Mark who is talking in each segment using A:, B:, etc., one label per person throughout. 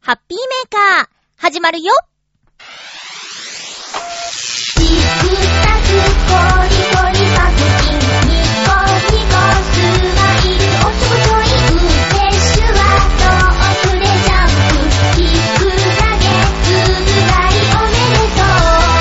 A: ハッピーメーカー始まるよ。
B: チクタクコリコリパクチンニコニコスマイルおちょこちょい運転手は遠くでジャンプ聞くだけうがいおめでとう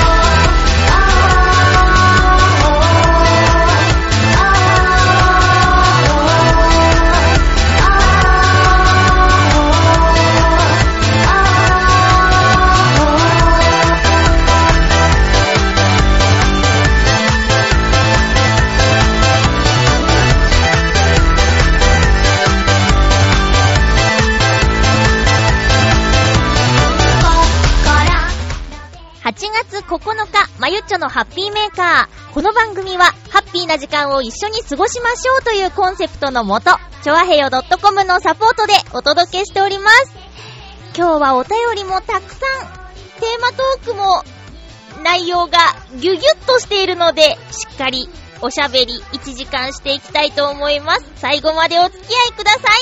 A: 8月9日、まゆっちょのハッピーメーカー。この番組は、ハッピーな時間を一緒に過ごしましょうというコンセプトのもと、ちょあへよ .com のサポートでお届けしております。今日はお便りもたくさん、テーマトークも内容がギュギュッとしているので、しっかりおしゃべり1時間していきたいと思います。最後までお付き合いください。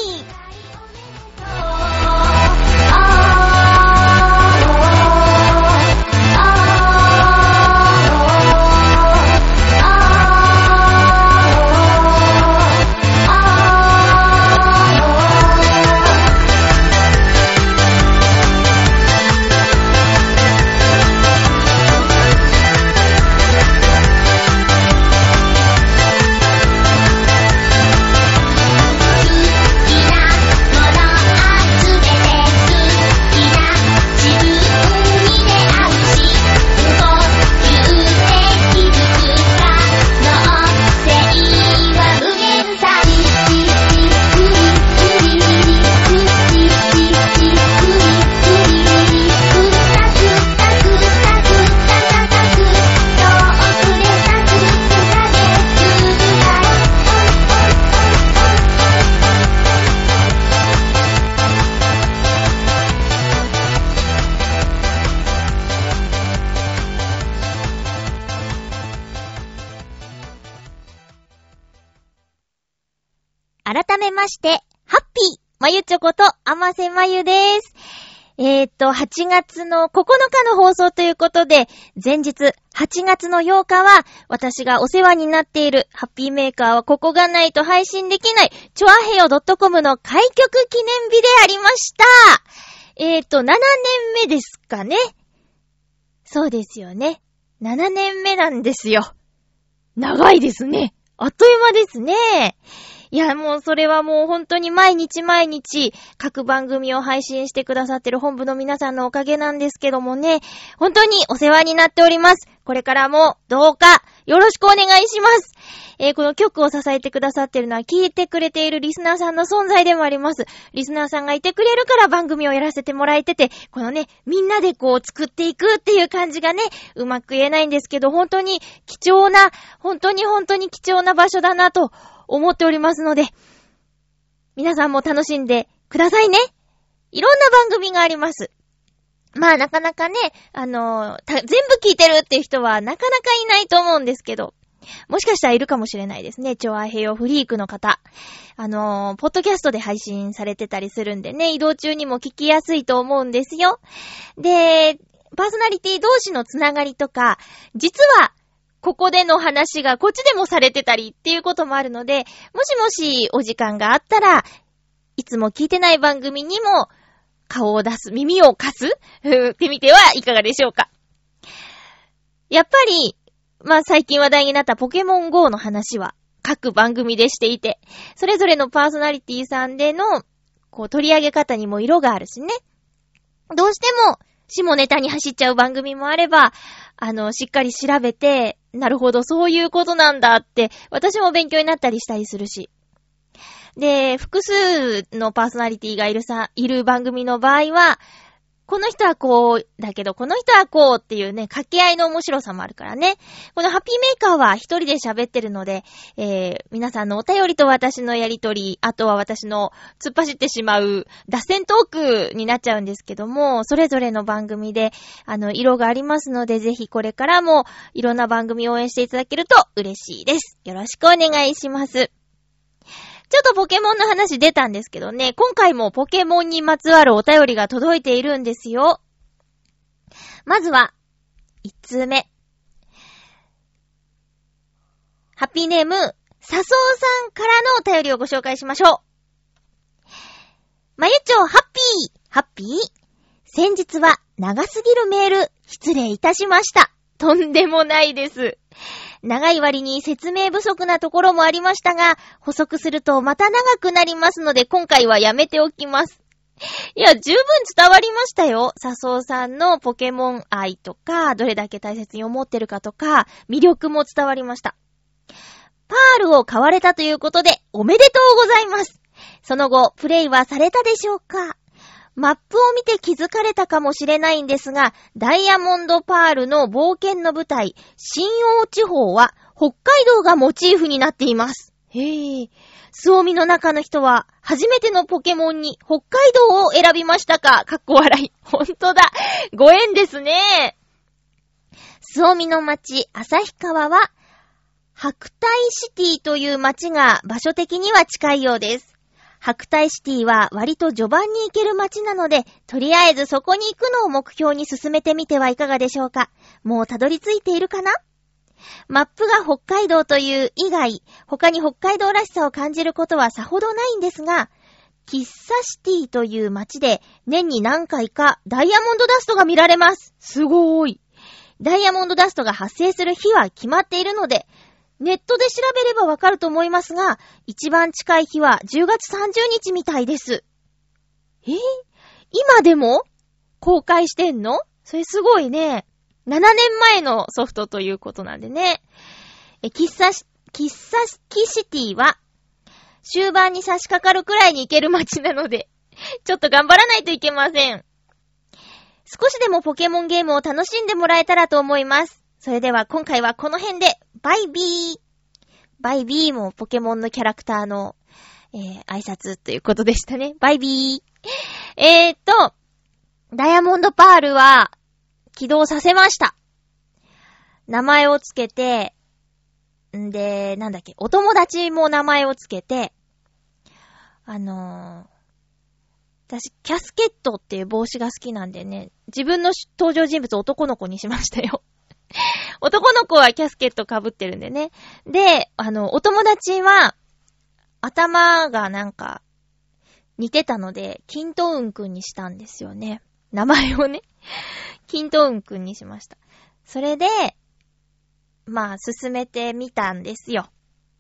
A: 改めまして、ハッピーまゆちょことあませまゆです。8月の9日の放送ということで、前日8月の8日は私がお世話になっているハッピーメーカーはここがないと配信できないちょあへよ .com の開局記念日でありました。7年目ですかね。そうですよね。7年目なんですよ。長いですね。あっという間ですね。いや、もうそれはもう本当に毎日各番組を配信してくださってる本部の皆さんのおかげなんですけどもね、本当にお世話になっております。これからもどうかよろしくお願いします。この曲を支えてくださってるのは聞いてくれているリスナーさんの存在でもあります。リスナーさんがいてくれるから番組をやらせてもらえてて、このね、みんなでこう作っていくっていう感じがね、うまく言えないんですけど、本当に貴重な、本当に貴重な場所だなと思っておりますので、皆さんも楽しんでくださいね。いろんな番組があります。まあなかなかね、全部聞いてるっていう人はなかなかいないと思うんですけど、もしかしたらいるかもしれないですね。ちょあへよフリークの方。ポッドキャストで配信されてたりするんでね、移動中にも聞きやすいと思うんですよ。で、パーソナリティ同士のつながりとか、実はここでの話がこっちでもされてたりっていうこともあるので、もしもしお時間があったら、いつも聞いてない番組にも顔を出す、耳を貸すってみてはいかがでしょうか。やっぱり、まあ最近話題になったポケモン GO の話は各番組でしていて、それぞれのパーソナリティさんでのこう取り上げ方にも色があるしね。どうしても下ネタに走っちゃう番組もあれば、しっかり調べて、なるほどそういうことなんだって私も勉強になったりしたりするし。で、複数のパーソナリティがいる番組の場合は、この人はこうだけどこの人はこうっていうね、掛け合いの面白さもあるからね。このハッピーメーカーは一人で喋ってるので、皆さんのお便りと私のやりとり、あとは私の突っ走ってしまう脱線トークになっちゃうんですけども、それぞれの番組で色がありますので、ぜひこれからもいろんな番組を応援していただけると嬉しいです。よろしくお願いします。 ちょっとポケモンの話出たんですけどね、今回もポケモンにまつわるお便りが届いているんですよ。まずは、1通目。ハッピーネーム、さそうさんからのお便りをご紹介しましょう。まゆちょハッピー。先日は長すぎるメール、失礼いたしました。とんでもないです。長い割に説明不足なところもありましたが、補足するとまた長くなりますので、今回はやめておきます。いや、十分伝わりましたよ。笹生さんのポケモン愛とか、どれだけ大切に思ってるかとか、魅力も伝わりました。パールを買われたということで、おめでとうございます。その後、プレイはされたでしょうか？マップを見て気づかれたかもしれないんですが、ダイヤモンドパールの冒険の舞台、新大地方は北海道がモチーフになっています。へぇ。スオミの中の人は、初めてのポケモンに北海道を選びましたか？かっこ笑い。ほんとだ。ご縁ですね。スオミの町、旭川は、白帯シティという町が場所的には近いようです。白帯シティは割と序盤に行ける街なので、とりあえずそこに行くのを目標に進めてみてはいかがでしょうか。もうたどり着いているかな？マップが北海道という以外、他に北海道らしさを感じることはさほどないんですが、喫茶シティという街で年に何回かダイヤモンドダストが見られます。すごーい。ダイヤモンドダストが発生する日は決まっているので、ネットで調べればわかると思いますが、一番近い日は10月30日みたいです。今でも公開してんの？それすごいね。7年前のソフトということなんでね。喫茶シティは終盤に差し掛かるくらいに行ける街なので、ちょっと頑張らないといけません。少しでもポケモンゲームを楽しんでもらえたらと思います。それでは今回はこの辺で、バイビー。バイビーもポケモンのキャラクターの、挨拶ということでしたね。バイビー。ダイヤモンドパールは起動させました。名前をつけて、で、お友達も名前をつけて、私、キャスケットっていう帽子が好きなんでね、自分の登場人物を男の子にしましたよ。男の子はキャスケット被ってるんでね。で、お友達は、頭が似てたので、キントウンくんにしたんですよね。名前をね。キントウンくんにしました。それで、進めてみたんですよ。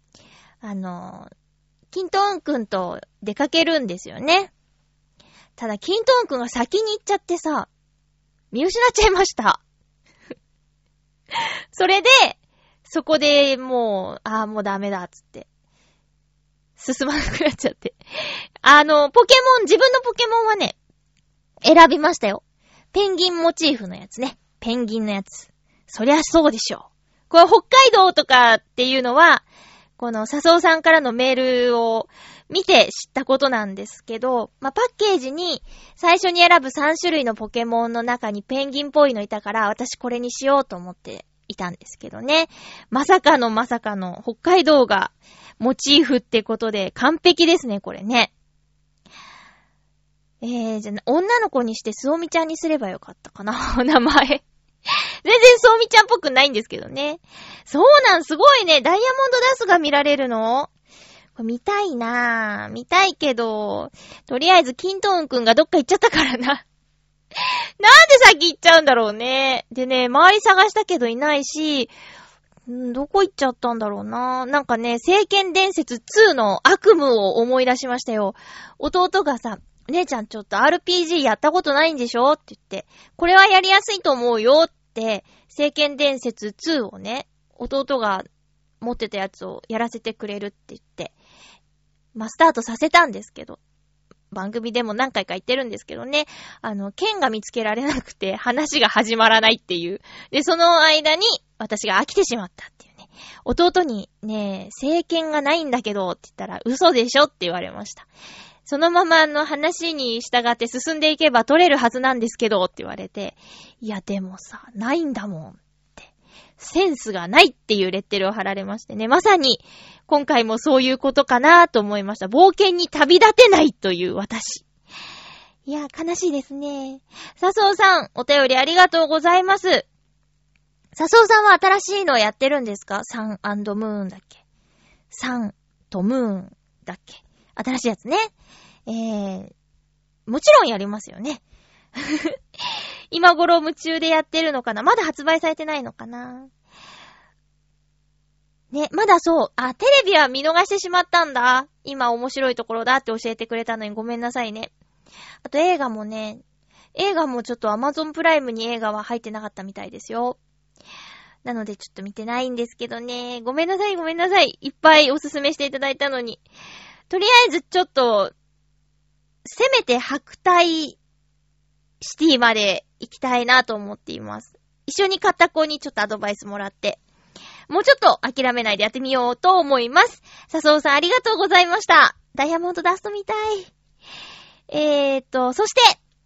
A: キントウンくんと出かけるんですよね。ただ、キントウンくんが先に行っちゃってさ、見失っちゃいました。それで、そこでもう、もうダメだっつって。進まなくなっちゃって。自分のポケモンはね、選びましたよ。ペンギンモチーフのやつね。ペンギンのやつ。そりゃそうでしょう。これ北海道とかっていうのは、この笹生さんからのメールを見て知ったことなんですけど、パッケージに最初に選ぶ3種類のポケモンの中にペンギンっぽいのいたから、私これにしようと思っていたんですけどね。まさかの北海道がモチーフってことで完璧ですね、これね。じゃあ女の子にしてスオミちゃんにすればよかったかな、名前。全然スオミちゃんっぽくないんですけどね。そうすごいね。ダイヤモンドダスが見られるの？これ見たいけど、とりあえずキントウンくんがどっか行っちゃったからな。なんで先行っちゃうんだろうね。でね、周り探したけどいないし、どこ行っちゃったんだろうな。聖剣伝説2の悪夢を思い出しましたよ。弟がさ、姉ちゃんちょっと RPG やったことないんでしょって言って、これはやりやすいと思うよって、聖剣伝説2をね、弟が持ってたやつをやらせてくれるって言って、スタートさせたんですけど、番組でも何回か言ってるんですけどね、剣が見つけられなくて話が始まらないっていう。で、その間に私が飽きてしまったっていうね。弟にね、聖剣がないんだけどって言ったら嘘でしょって言われました。そのまま話に従って進んでいけば取れるはずなんですけどって言われて、いやでもさ、ないんだもんって。 センスがないっていうレッテルを貼られましてね。まさに、今回もそういうことかなと思いました。冒険に旅立てないという私。いや、悲しいですね。笹生さん、お便りありがとうございます。笹生さんは新しいのやってるんですか？サン&ムーンだっけ？サンとムーンだっけ？新しいやつね。もちろんやりますよね。今頃夢中でやってるのかな？まだ発売されてないのかな？ね、まだそう。テレビは見逃してしまったんだ。今面白いところだって教えてくれたのにごめんなさいね。あと映画もね、ちょっと Amazon プライムに映画は入ってなかったみたいですよ。なのでちょっと見てないんですけどね。ごめんなさい。いっぱいおすすめしていただいたのに。とりあえずちょっと、せめて白体シティまで行きたいなと思っています。一緒に買った子にちょっとアドバイスもらって、もうちょっと諦めないでやってみようと思います。笹生さんありがとうございました。ダイヤモンドダストみたい。そして、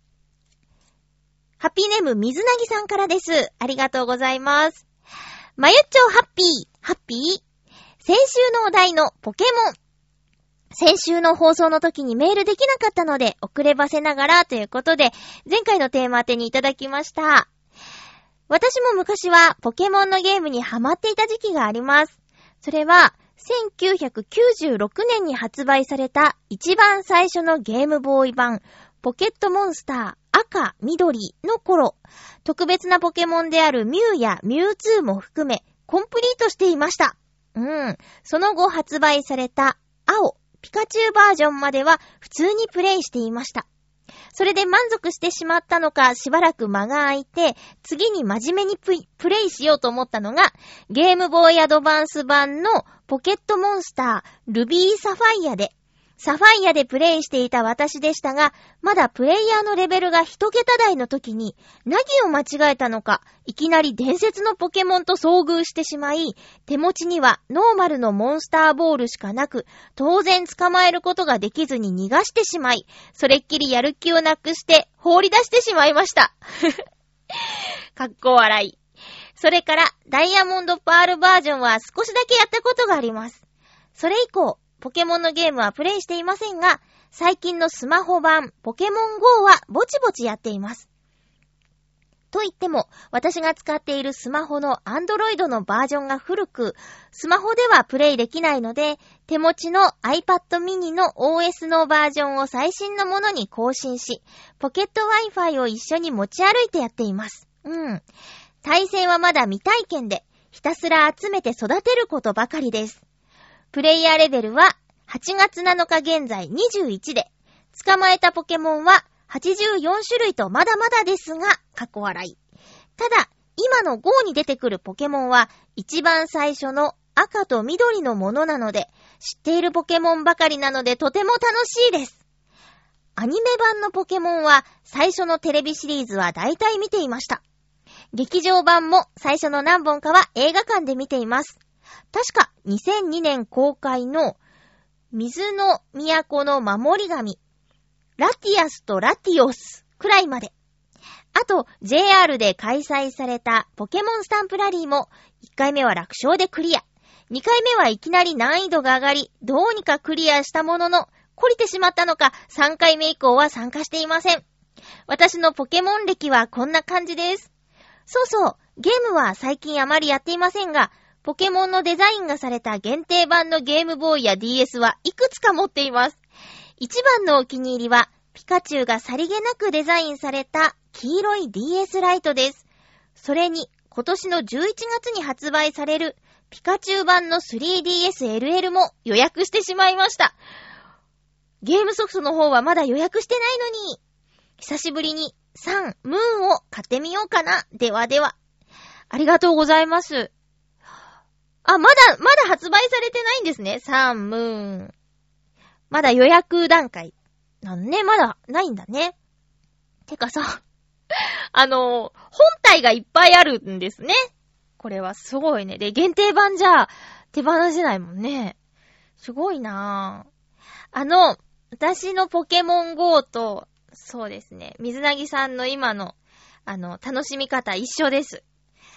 A: ハッピーネーム水なぎさんからです。ありがとうございます。まゆっちょハッピー。先週のお題のポケモン。先週の放送の時にメールできなかったので、遅ればせながらということで、前回のテーマ当てにいただきました。私も昔はポケモンのゲームにハマっていた時期があります。それは、1996年に発売された一番最初のゲームボーイ版、ポケットモンスター赤、緑の頃、特別なポケモンであるミュウやミュウツーも含め、コンプリートしていました。その後発売された青、ピカチュウバージョンまでは普通にプレイしていました。それで満足してしまったのかしばらく間が空いて、次に真面目にプレイしようと思ったのが、ゲームボーイアドバンス版のポケットモンスタールビーサファイアでプレイしていた私でしたが、まだプレイヤーのレベルが一桁台の時に何を間違えたのか、いきなり伝説のポケモンと遭遇してしまい、手持ちにはノーマルのモンスターボールしかなく、当然捕まえることができずに逃がしてしまい、それっきりやる気をなくして放り出してしまいました。かっこ笑い。それからダイヤモンドパールバージョンは少しだけやったことがあります。それ以降、ポケモンのゲームはプレイしていませんが、最近のスマホ版ポケモン GO はぼちぼちやっています。と言っても、私が使っているスマホの Android のバージョンが古く、スマホではプレイできないので、手持ちの iPad mini の OS のバージョンを最新のものに更新し、ポケット Wi-Fi を一緒に持ち歩いてやっています。対戦はまだ未体験で、ひたすら集めて育てることばかりです。プレイヤーレベルは8月7日現在21で、捕まえたポケモンは84種類とまだまだですが、かっこ笑い。ただ、今の GO に出てくるポケモンは一番最初の赤と緑のものなので、知っているポケモンばかりなのでとても楽しいです。アニメ版のポケモンは最初のテレビシリーズは大体見ていました。劇場版も最初の何本かは映画館で見ています。確か2002年公開の水の都の守り神、ラティアスとラティオスくらいまで。あと JR で開催されたポケモンスタンプラリーも1回目は楽勝でクリア。2回目はいきなり難易度が上がり、どうにかクリアしたものの、懲りてしまったのか3回目以降は参加していません。私のポケモン歴はこんな感じです。そうそう、ゲームは最近あまりやっていませんが、ポケモンのデザインがされた限定版のゲームボーイや DS はいくつか持っています。一番のお気に入りは、ピカチュウがさりげなくデザインされた黄色い DS ライトです。それに、今年の11月に発売されるピカチュウ版の 3DS LL も予約してしまいました。ゲームソフトの方はまだ予約してないのに、久しぶりにサン、ムーンを買ってみようかな。ではでは。ありがとうございます。まだ発売されてないんですね。サン、ムーン。まだ予約段階。なんね、まだないんだね。てかさ、本体がいっぱいあるんですね。これはすごいね。で、限定版じゃ手放せないもんね。すごいなぁ。私のポケモン GO と、そうですね、水なぎさんの今の、楽しみ方一緒です。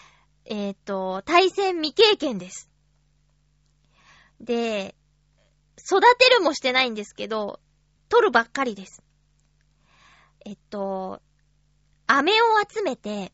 A: 対戦未経験です。で、育てるもしてないんですけど、取るばっかりです。飴を集めて、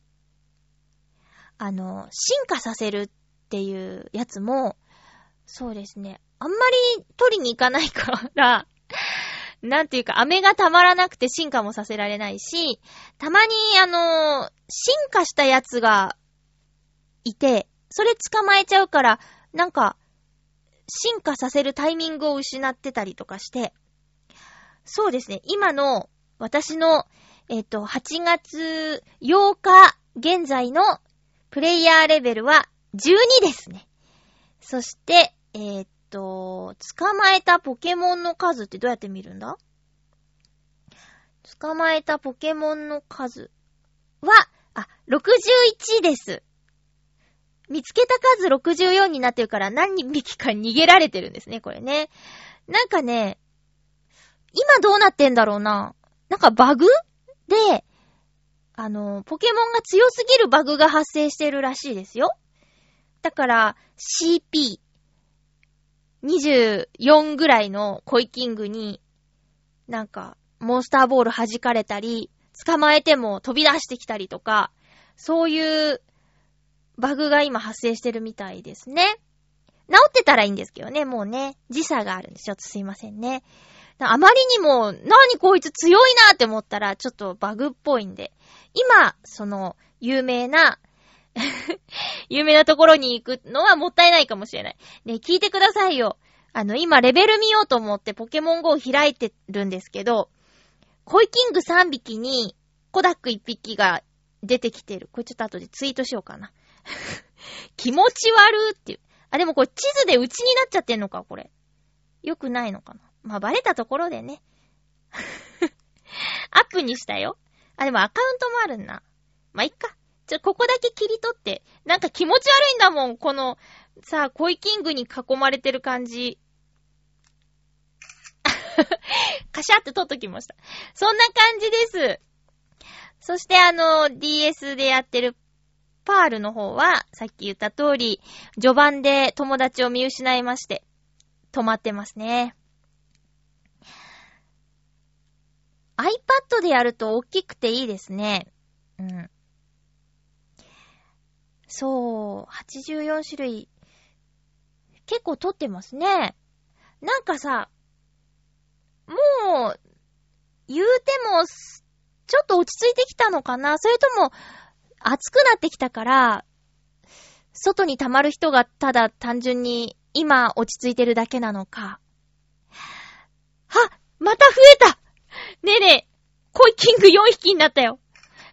A: 進化させるっていうやつも、そうですね、あんまり取りに行かないから、なんていうか、飴がたまらなくて進化もさせられないし、たまに進化したやつがいて、それ捕まえちゃうから、なんか、進化させるタイミングを失ってたりとかして、そうですね、今の私の、8月8日現在のプレイヤーレベルは12ですね。そして、捕まえたポケモンの数ってどうやって見るんだ？捕まえたポケモンの数は、61です。見つけた数64になってるから何匹か逃げられてるんですね、これね。なんかね、今どうなってんだろうな。なんかバグで、ポケモンが強すぎるバグが発生してるらしいですよ。だから、CP24 ぐらいのコイキングに、なんか、モンスターボール弾かれたり、捕まえても飛び出してきたりとか、そういうバグが今発生してるみたいですね。治ってたらいいんですけどね、もうね、時差があるんでちょっとすいませんね。あまりにも、何こいつ強いなって思ったら、ちょっとバグっぽいんで、今、その、有名なところに行くのはもったいないかもしれない。ね、聞いてくださいよ。今、レベル見ようと思ってポケモン GO を開いてるんですけど、コイキング3匹に、コダック1匹が出てきてる。これちょっと後でツイートしようかな。気持ち悪っていう。でもこれ地図で内になっちゃってんのか、これ。よくないのかな。まあ、バレたところでね。アップにしたよ。でもアカウントもあるんな。まあ、いっか。ここだけ切り取って。なんか気持ち悪いんだもん。この、さあ、コイキングに囲まれてる感じ。カシャって撮っときました。そんな感じです。そしてDS でやってるパールの方は、さっき言った通り、序盤で友達を見失いまして、止まってますね。iPad でやると大きくていいですね。うん。そう、84種類。結構撮ってますね。なんかさ、もう、言うても、ちょっと落ち着いてきたのかな？それとも、暑くなってきたから、外に溜まる人がただ単純に今落ち着いてるだけなのか。また増えた！ねえねえ、コイキング4匹になったよ。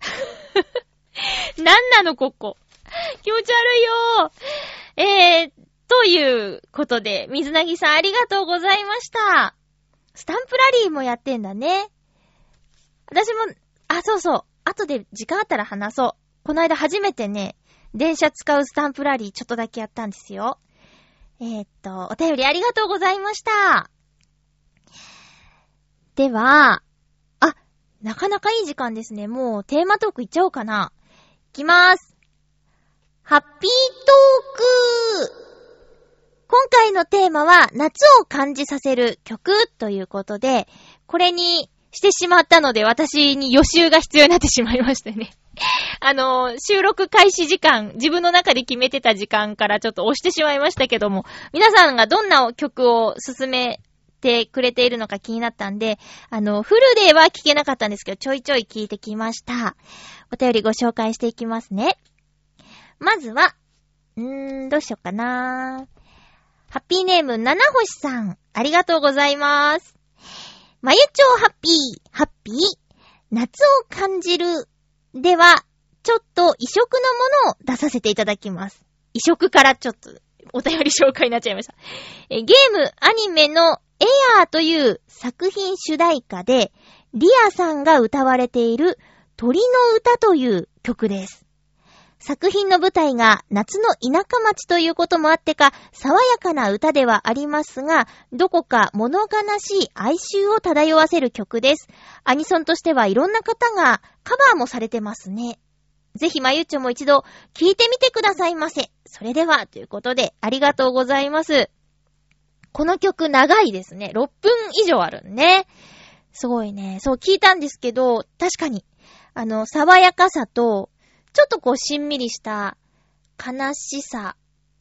A: なんなのここ。気持ち悪いよ。ということで、水なぎさんありがとうございました。スタンプラリーもやってんだね。私も、そうそう。後で時間あったら話そう。この間初めてね、電車使うスタンプラリーちょっとだけやったんですよ。お便りありがとうございました。では、なかなかいい時間ですね。もうテーマトークいっちゃおうかな。いきまーす。ハッピートーク。今回のテーマは夏を感じさせる曲ということで、これにしてしまったので私に予習が必要になってしまいましたね。収録開始時間、自分の中で決めてた時間からちょっと押してしまいましたけども、皆さんがどんな曲を勧めてくれているのか気になったんで、フルでは聞けなかったんですけど、ちょいちょい聞いてきました。お便りご紹介していきますね。まずは、どうしようかな。ハッピーネーム七星さん、ありがとうございます。まゆちょうハッピー、夏を感じるでは、ちょっと異色のものを出させていただきます。異色からちょっとお便り紹介になっちゃいました。ゲーム、アニメのエアーという作品主題歌で、リアさんが歌われている鳥の歌という曲です。作品の舞台が夏の田舎町ということもあってか、爽やかな歌ではありますが、どこか物悲しい哀愁を漂わせる曲です。アニソンとしてはいろんな方がカバーもされてますね。 ぜひまゆっちょも一度聞いてみてくださいませ。それでは、ということで、ありがとうございます。この曲長いですね。6分以上あるね。すごいね。そう聞いたんですけど、確かに、爽やかさと、ちょっとこうしんみりした悲しさ、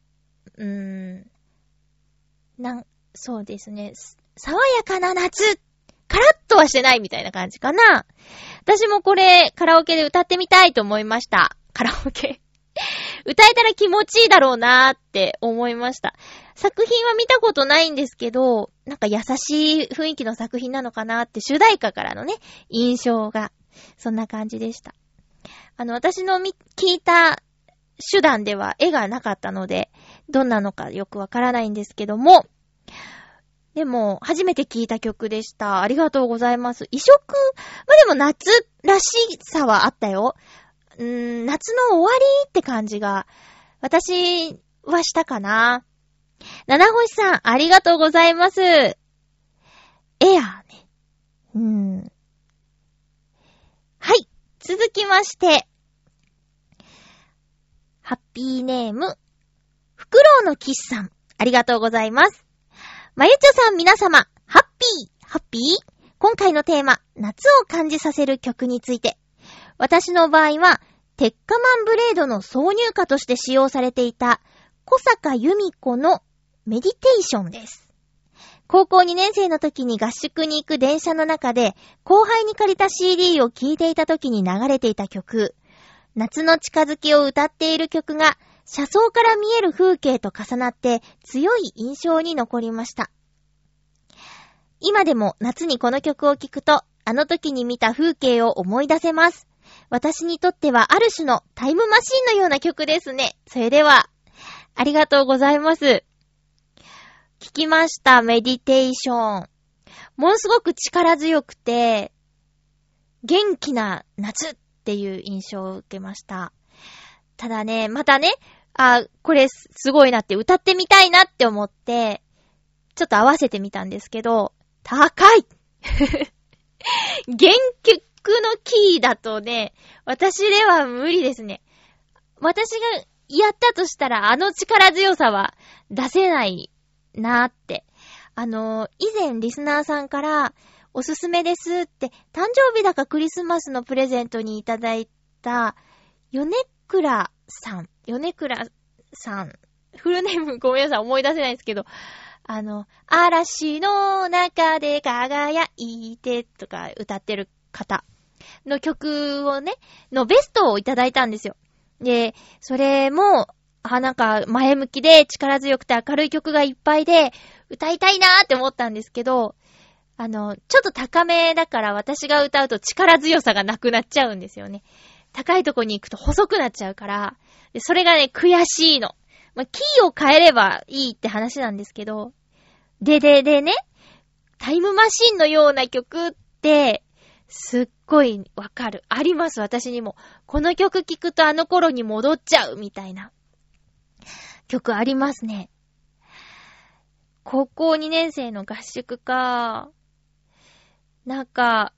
A: そうですね。爽やかな夏、カラッとはしてないみたいな感じかな。私もこれカラオケで歌ってみたいと思いました。カラオケ。歌えたら気持ちいいだろうなーって思いました。作品は見たことないんですけど、なんか優しい雰囲気の作品なのかなって主題歌からのね、印象が、そんな感じでした。私の聞いた手段では絵がなかったので、どんなのかよくわからないんですけども、でも、初めて聞いた曲でした。ありがとうございます。異色、でも夏らしさはあったよ。夏の終わりって感じが、私はしたかな。七星さん、ありがとうございます。エアーね。はい。続きまして、ハッピーネーム、フクロウのキスさん、ありがとうございます。まゆちょさん皆様、ハッピー今回のテーマ、夏を感じさせる曲について。私の場合は、鉄火マンブレードの挿入歌として使用されていた、小坂由美子のメディテーションです。高校2年生の時に合宿に行く電車の中で、後輩に借りた CD を聴いていた時に流れていた曲、夏の近づきを歌っている曲が、車窓から見える風景と重なって強い印象に残りました。今でも夏にこの曲を聴くと、あの時に見た風景を思い出せます。私にとってはある種のタイムマシンのような曲ですね。それでは、ありがとうございます。聴きました、メディテーション。ものすごく力強くて、元気な夏っていう印象を受けました。ただね、またね、これすごいなって歌ってみたいなって思って、ちょっと合わせてみたんですけど、高い原曲のキーだとね、私では無理ですね。私がやったとしたら力強さは出せないなーって。以前リスナーさんからおすすめですって、誕生日だかクリスマスのプレゼントにいただいた、米倉さん、フルネームごめんなさい、思い出せないんですけど、嵐の中で輝いてとか歌ってる方の曲をね、のベストをいただいたんですよ。で、それも、なんか前向きで力強くて明るい曲がいっぱいで歌いたいなーって思ったんですけど、ちょっと高めだから私が歌うと力強さがなくなっちゃうんですよね。高いとこに行くと細くなっちゃうから、でそれがね、悔しいの。キーを変えればいいって話なんですけど、でね、タイムマシンのような曲って、すっごいわかる。あります、私にも。この曲聴くとあの頃に戻っちゃうみたいな曲ありますね。高校2年生の合宿か。なんか、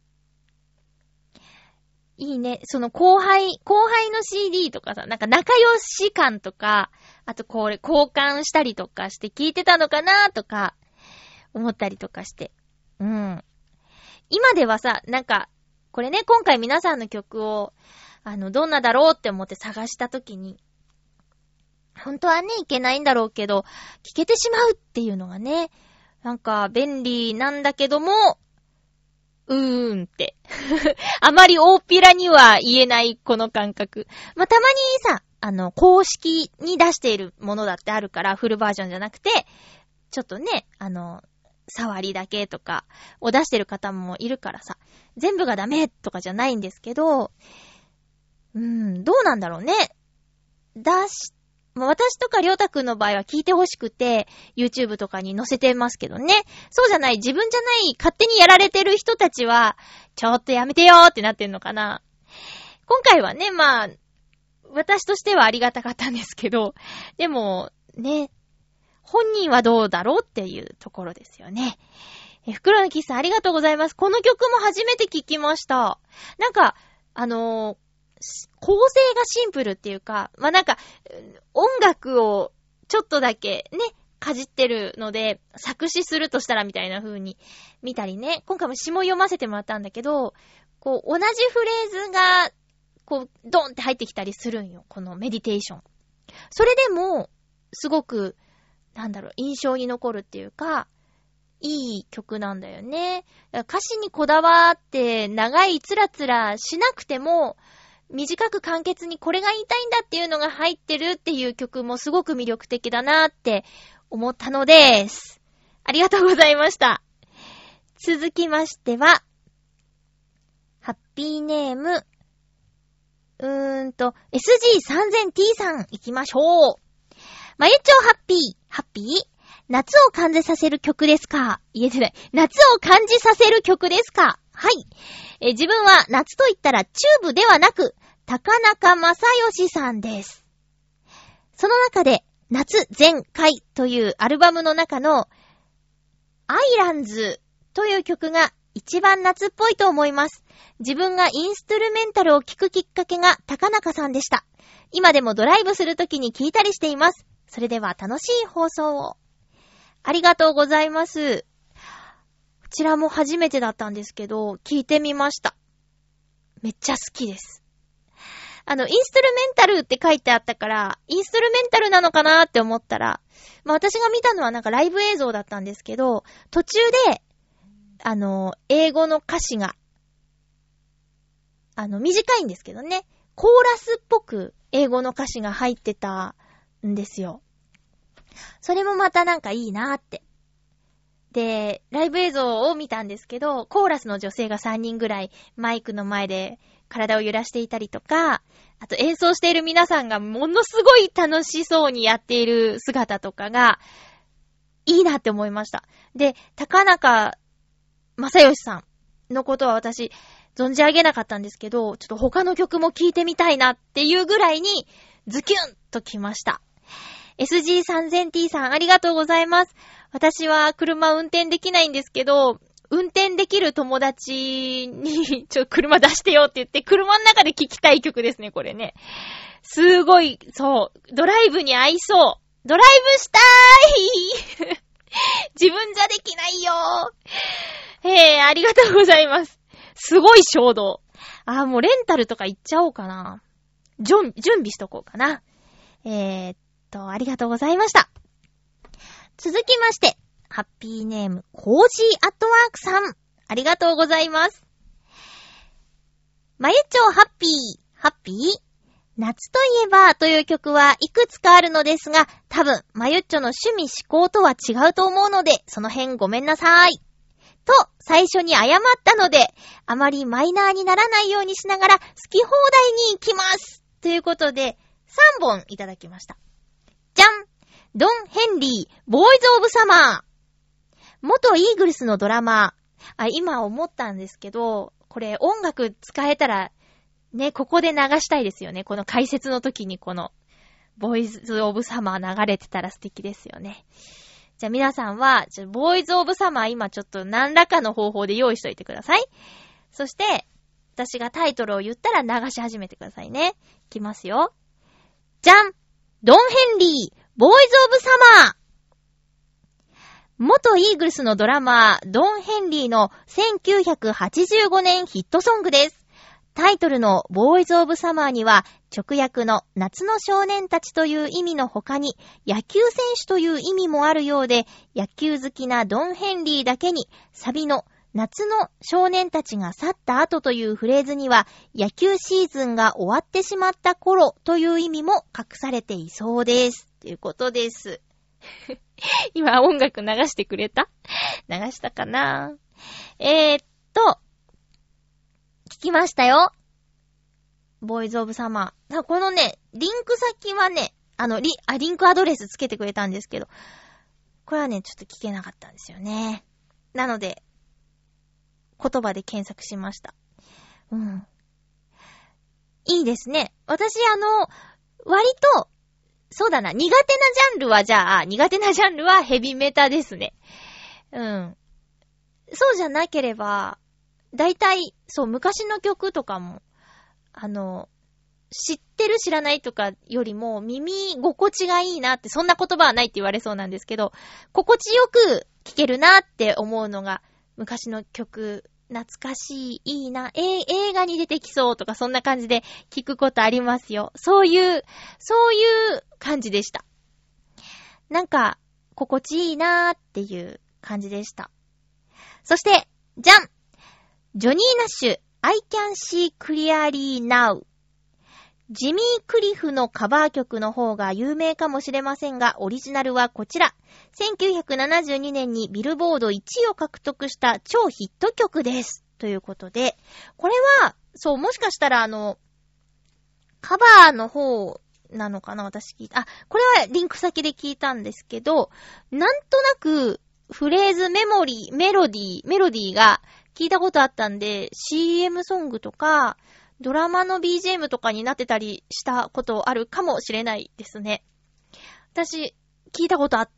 A: いいね。その後輩の CD とかさ、なんか仲良し感とか、あとこれ交換したりとかして聞いてたのかなとか思ったりとかして。今ではさ、なんかこれね、今回皆さんの曲をどんなだろうって思って探したときに、本当はね、いけないんだろうけど、聞けてしまうっていうのがね、なんか便利なんだけども、ってあまり大っぴらには言えないこの感覚。たまにさ、公式に出しているものだってあるから、フルバージョンじゃなくて、ちょっとね、触りだけとかを出してる方もいるからさ、全部がダメとかじゃないんですけど、どうなんだろうね。私とかりょうたくんの場合は聞いてほしくて YouTube とかに載せてますけどね。そうじゃない、自分じゃない勝手にやられてる人たちはちょっとやめてよーってなってんのかな。今回はね、私としてはありがたかったんですけど、でもね、本人はどうだろうっていうところですよね。袋のキスさんありがとうございます。この曲も初めて聞きました。なんか構成がシンプルっていうか、まあ、なんか、音楽をちょっとだけね、かじってるので、作詞するとしたらみたいな風に見たりね、今回も詩も読ませてもらったんだけど、こう、同じフレーズが、こう、ドンって入ってきたりするんよ。このメディテーション。それでも、すごく、印象に残るっていうか、いい曲なんだよね。歌詞にこだわって長いつらつらしなくても、短く簡潔にこれが言いたいんだっていうのが入ってるっていう曲もすごく魅力的だなって思ったのです。ありがとうございました。続きましては、ハッピーネーム、SG3000T さん行きましょう。まゆちょハッピー夏を感じさせる曲ですか？言えてない。夏を感じさせる曲ですか？はい。自分は夏と言ったらチューブではなく、高中正義さんです。その中で、夏全開というアルバムの中の、アイランズという曲が一番夏っぽいと思います。自分がインストゥルメンタルを聴くきっかけが高中さんでした。今でもドライブするときに聴いたりしています。それでは楽しい放送を。ありがとうございます。こちらも初めてだったんですけど、聞いてみました。めっちゃ好きです。インストゥルメンタルって書いてあったから、インストゥルメンタルなのかなって思ったら、まあ私が見たのはなんかライブ映像だったんですけど、途中で、英語の歌詞が、短いんですけどね、コーラスっぽく英語の歌詞が入ってたんですよ。それもまたなんかいいなーって。で、ライブ映像を見たんですけど、コーラスの女性が3人ぐらいマイクの前で体を揺らしていたりとか、あと演奏している皆さんがものすごい楽しそうにやっている姿とかがいいなって思いました。で、高中正義さんのことは私存じ上げなかったんですけど、ちょっと他の曲も聴いてみたいなっていうぐらいにズキュンときました。SG3000T さんありがとうございます。私は車運転できないんですけど、運転できる友達に車出してよって言って車の中で聴きたい曲ですね、これね。すごい、そう、ドライブに合いそう。ドライブしたい自分じゃできないよ。ありがとうございます。すごい衝動。もうレンタルとか行っちゃおうかな。準備しとこうかな。ありがとうございました。続きまして、ハッピーネーム、コージーアットワークさん。ありがとうございます。まゆちょハッピー夏といえばという曲はいくつかあるのですが、多分、まゆっちょの趣味思考とは違うと思うので、その辺ごめんなさい。と、最初に謝ったので、あまりマイナーにならないようにしながら、好き放題に行きます。ということで、3本いただきました。じゃん！ドン・ヘンリー、ボーイズ・オブ・サマー。元イーグルスのドラマー。今思ったんですけど、これ音楽使えたら、ね、ここで流したいですよね。この解説の時にこの、ボーイズ・オブ・サマー流れてたら素敵ですよね。じゃあ皆さんは、ボーイズ・オブ・サマー今ちょっと何らかの方法で用意しといてください。そして、私がタイトルを言ったら流し始めてくださいね。いきますよ。じゃん！ドン・ヘンリー、ボーイズ・オブ・サマー。元イーグルスのドラマー、ドン・ヘンリーの1985年ヒットソングです。タイトルのボーイズ・オブ・サマーには、直訳の夏の少年たちという意味の他に、野球選手という意味もあるようで、野球好きなドン・ヘンリーだけに、サビの夏の少年たちが去った後というフレーズには、野球シーズンが終わってしまった頃という意味も隠されていそうです。ということです。今音楽流してくれた？流したかな？聞きましたよ。ボーイズオブサマー。このね、リンク先はね、リンクアドレスつけてくれたんですけど、これはね、ちょっと聞けなかったんですよね。なので、言葉で検索しました。いいですね。私割と、そうだな、苦手なジャンルはヘビメタですね。そうじゃなければ、だいたい、そう、昔の曲とかも、 知ってる知らないとかよりも耳心地がいいなって、そんな言葉はないって言われそうなんですけど、心地よく聴けるなって思うのが昔の曲、懐かしい、いいな、映画に出てきそうとかそんな感じで聞くことありますよ。そういう感じでした。なんか心地いいなーっていう感じでした。そしてじゃん、ジョニー・ナッシュ I can see clearly now。ジミー・クリフのカバー曲の方が有名かもしれませんが、オリジナルはこちら。1972年にビルボード1位を獲得した超ヒット曲です。ということで、これは、そう、もしかしたらカバーの方なのかな、私聞いた。これはリンク先で聞いたんですけど、なんとなくフレーズ、メロディーが聞いたことあったんで、CM ソングとか、ドラマの BGM とかになってたりしたことあるかもしれないですね。私、聞いたことあった。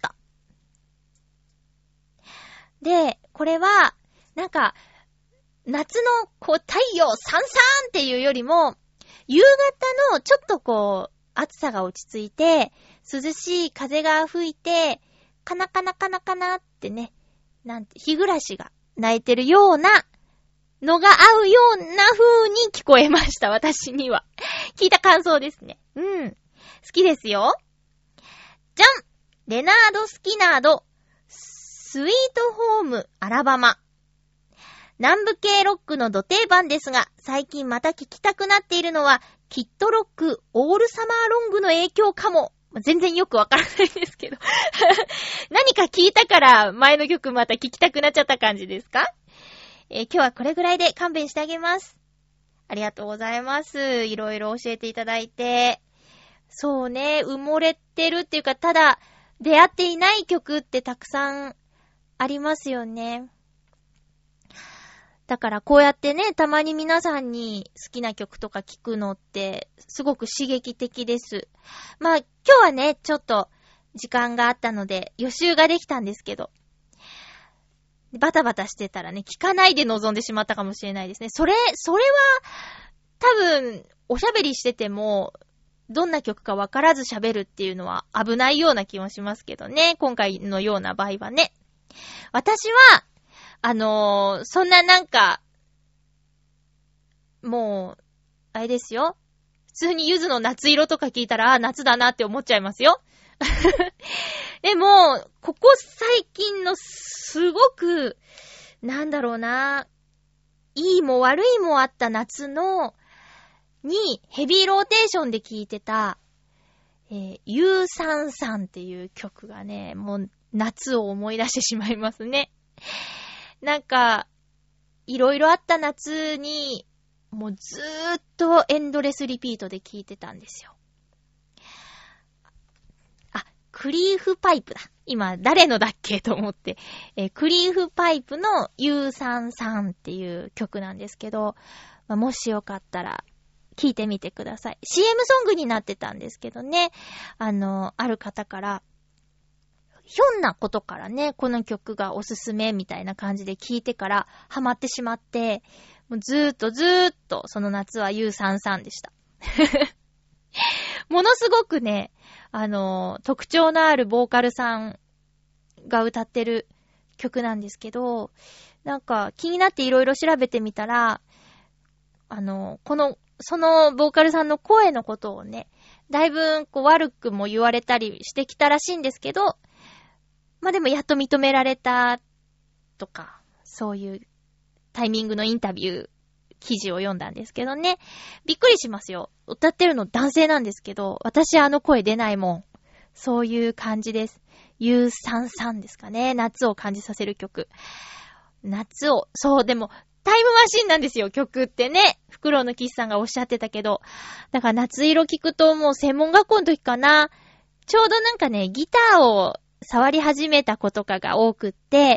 A: で、これは、なんか、夏の太陽さんさんっていうよりも、夕方のちょっと暑さが落ち着いて、涼しい風が吹いて、カナカナカナカナってね、日暮らしが鳴いてるような、のが合うような風に聞こえました、私には。聞いた感想ですね。好きですよ。じゃん！レナード・スキナード、スイートホーム・アラバマ。南部系ロックのド定番ですが、最近また聞きたくなっているのは、キッドロック・オールサマーロングの影響かも。全然よくわからないですけど。何か聞いたから前の曲また聞きたくなっちゃった感じですか？今日はこれぐらいで勘弁してあげます。ありがとうございます。いろいろ教えていただいて。そうね、埋もれてるっていうか、ただ出会っていない曲ってたくさんありますよね。だからこうやってね、たまに皆さんに好きな曲とか聞くのってすごく刺激的です。まあ今日はね、ちょっと時間があったので予習ができたんですけど、バタバタしてたらね、聞かないで臨んでしまったかもしれないですね。それは多分おしゃべりしててもどんな曲かわからず喋るっていうのは危ないような気もしますけどね。今回のような場合はね。私はそんななんかもうあれですよ。普通にゆずの夏色とか聞いたら夏だなって思っちゃいますよ。でもここ最近のすごくなんだろうな、いいも悪いもあった夏のにヘビーローテーションで聴いてた、U33っていう曲がね、もう夏を思い出してしまいますね。なんかいろいろあった夏にもうずーっとエンドレスリピートで聴いてたんですよ。クリーフパイプだ。今誰のだっけと思って、クリーフパイプの U33 っていう曲なんですけど、もしよかったら聞いてみてください。CM ソングになってたんですけどね、ある方からひょんなことからね、この曲がおすすめみたいな感じで聞いてからハマってしまって、もうずーっとその夏は U33 でした。ものすごくね、特徴のあるボーカルさんが歌ってる曲なんですけど、なんか気になっていろいろ調べてみたら、そのボーカルさんの声のことをね、だいぶ悪くも言われたりしてきたらしいんですけど、まあでもやっと認められたとか、そういうタイミングのインタビュー記事を読んだんですけどね。びっくりしますよ。歌ってるの男性なんですけど、私声出ないもん。そういう感じです。U33 ですかね。夏を感じさせる曲。夏を、そう、でも、タイムマシンなんですよ、曲ってね。フクロウのキスさんがおっしゃってたけど。だから夏色聞くともう専門学校の時かな。ちょうどなんかね、ギターを触り始めた子とかが多くって、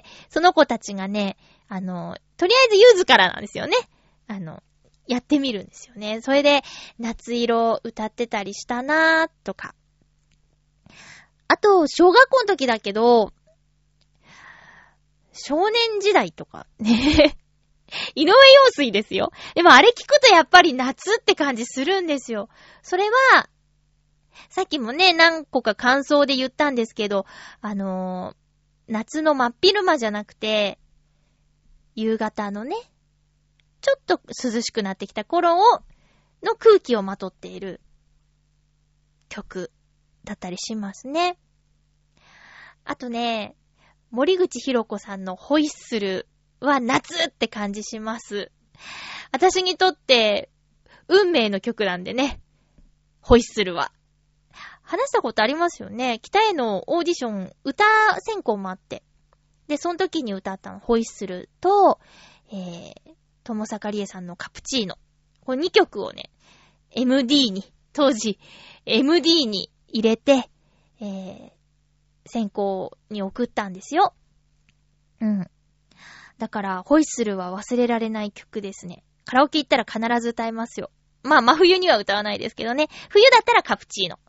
A: その子たちがね、とりあえずユーズからなんですよね。やってみるんですよね。それで夏色歌ってたりしたなーとか。あと小学校の時だけど少年時代とかね井上陽水ですよ。でもあれ聞くとやっぱり夏って感じするんですよ。それは、さっきもね、何個か感想で言ったんですけど、夏の真っ昼間じゃなくて、夕方のね、ちょっと涼しくなってきた頃の空気をまとっている曲だったりしますね。あとね、森口博子さんのホイッスルは夏って感じします。私にとって運命の曲なんでね、ホイッスルは。話したことありますよね。北へのオーディション、歌選考もあって。で、その時に歌ったの、ホイッスルと、友坂理恵さんのカプチーノ。この2曲をね、MD に、当時、MD に入れて、選考に送ったんですよ。うん。だから、ホイッスルは忘れられない曲ですね。カラオケ行ったら必ず歌えますよ。まあ、真冬には歌わないですけどね。冬だったらカプチーノ。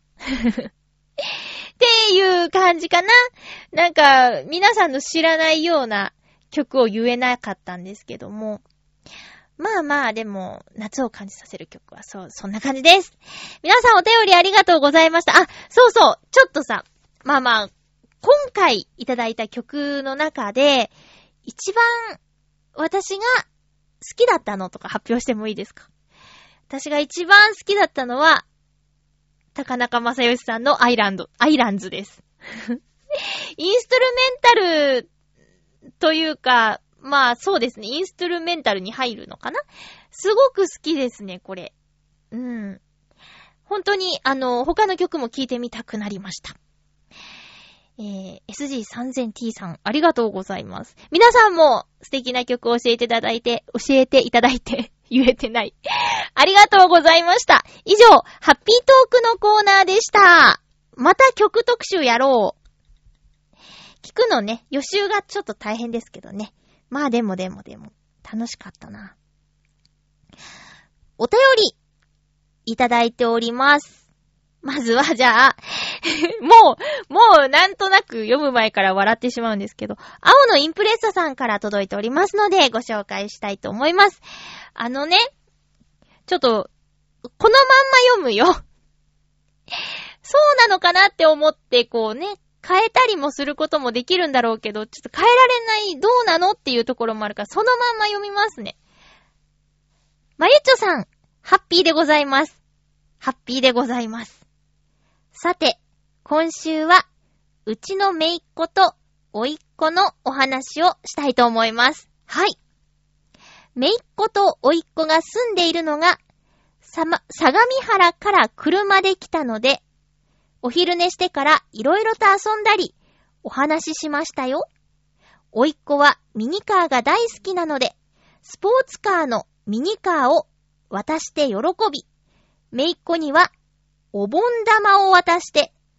A: っていう感じかな。なんか、皆さんの知らないような曲を言えなかったんですけども。まあまあ、でも、夏を感じさせる曲はそんな感じです。皆さんお便りありがとうございました。あ、そうそう、ちょっとさ、まあまあ、今回いただいた曲の中で、一番私が好きだったのとか発表してもいいですか？私が一番好きだったのは、高中正義さんのアイランズです。インストゥルメンタルというか、まあそうですね、インストゥルメンタルに入るのかな？すごく好きですね、これ。うん。本当に、他の曲も聴いてみたくなりました。SG3000T さん、ありがとうございます。皆さんも素敵な曲を教えていただいて、言えてない。ありがとうございました。以上、ハッピートークのコーナーでした。また曲特集やろう。聞くのね、予習がちょっと大変ですけどね。まあでも、楽しかったな。お便り、いただいております。まずはじゃあ、もうなんとなく読む前から笑ってしまうんですけど、青のインプレッサさんから届いておりますので、ご紹介したいと思います。ちょっと、このまんま読むよ。そうなのかなって思って、こうね、変えたりもすることもできるんだろうけど、ちょっと変えられない、どうなのっていうところもあるから、そのまんま読みますね。まゆちょさん、ハッピーでございます。ハッピーでございます。さて、今週は、うちの姪っ子と甥っ子のお話をしたいと思います。はい。姪っ子と甥っ子が住んでいるのが、相模原から車で来たので、お昼寝してからいろいろと遊んだり、お話ししましたよ。甥っ子はミニカーが大好きなので、スポーツカーのミニカーを渡して喜び、姪っ子にはお盆玉を渡して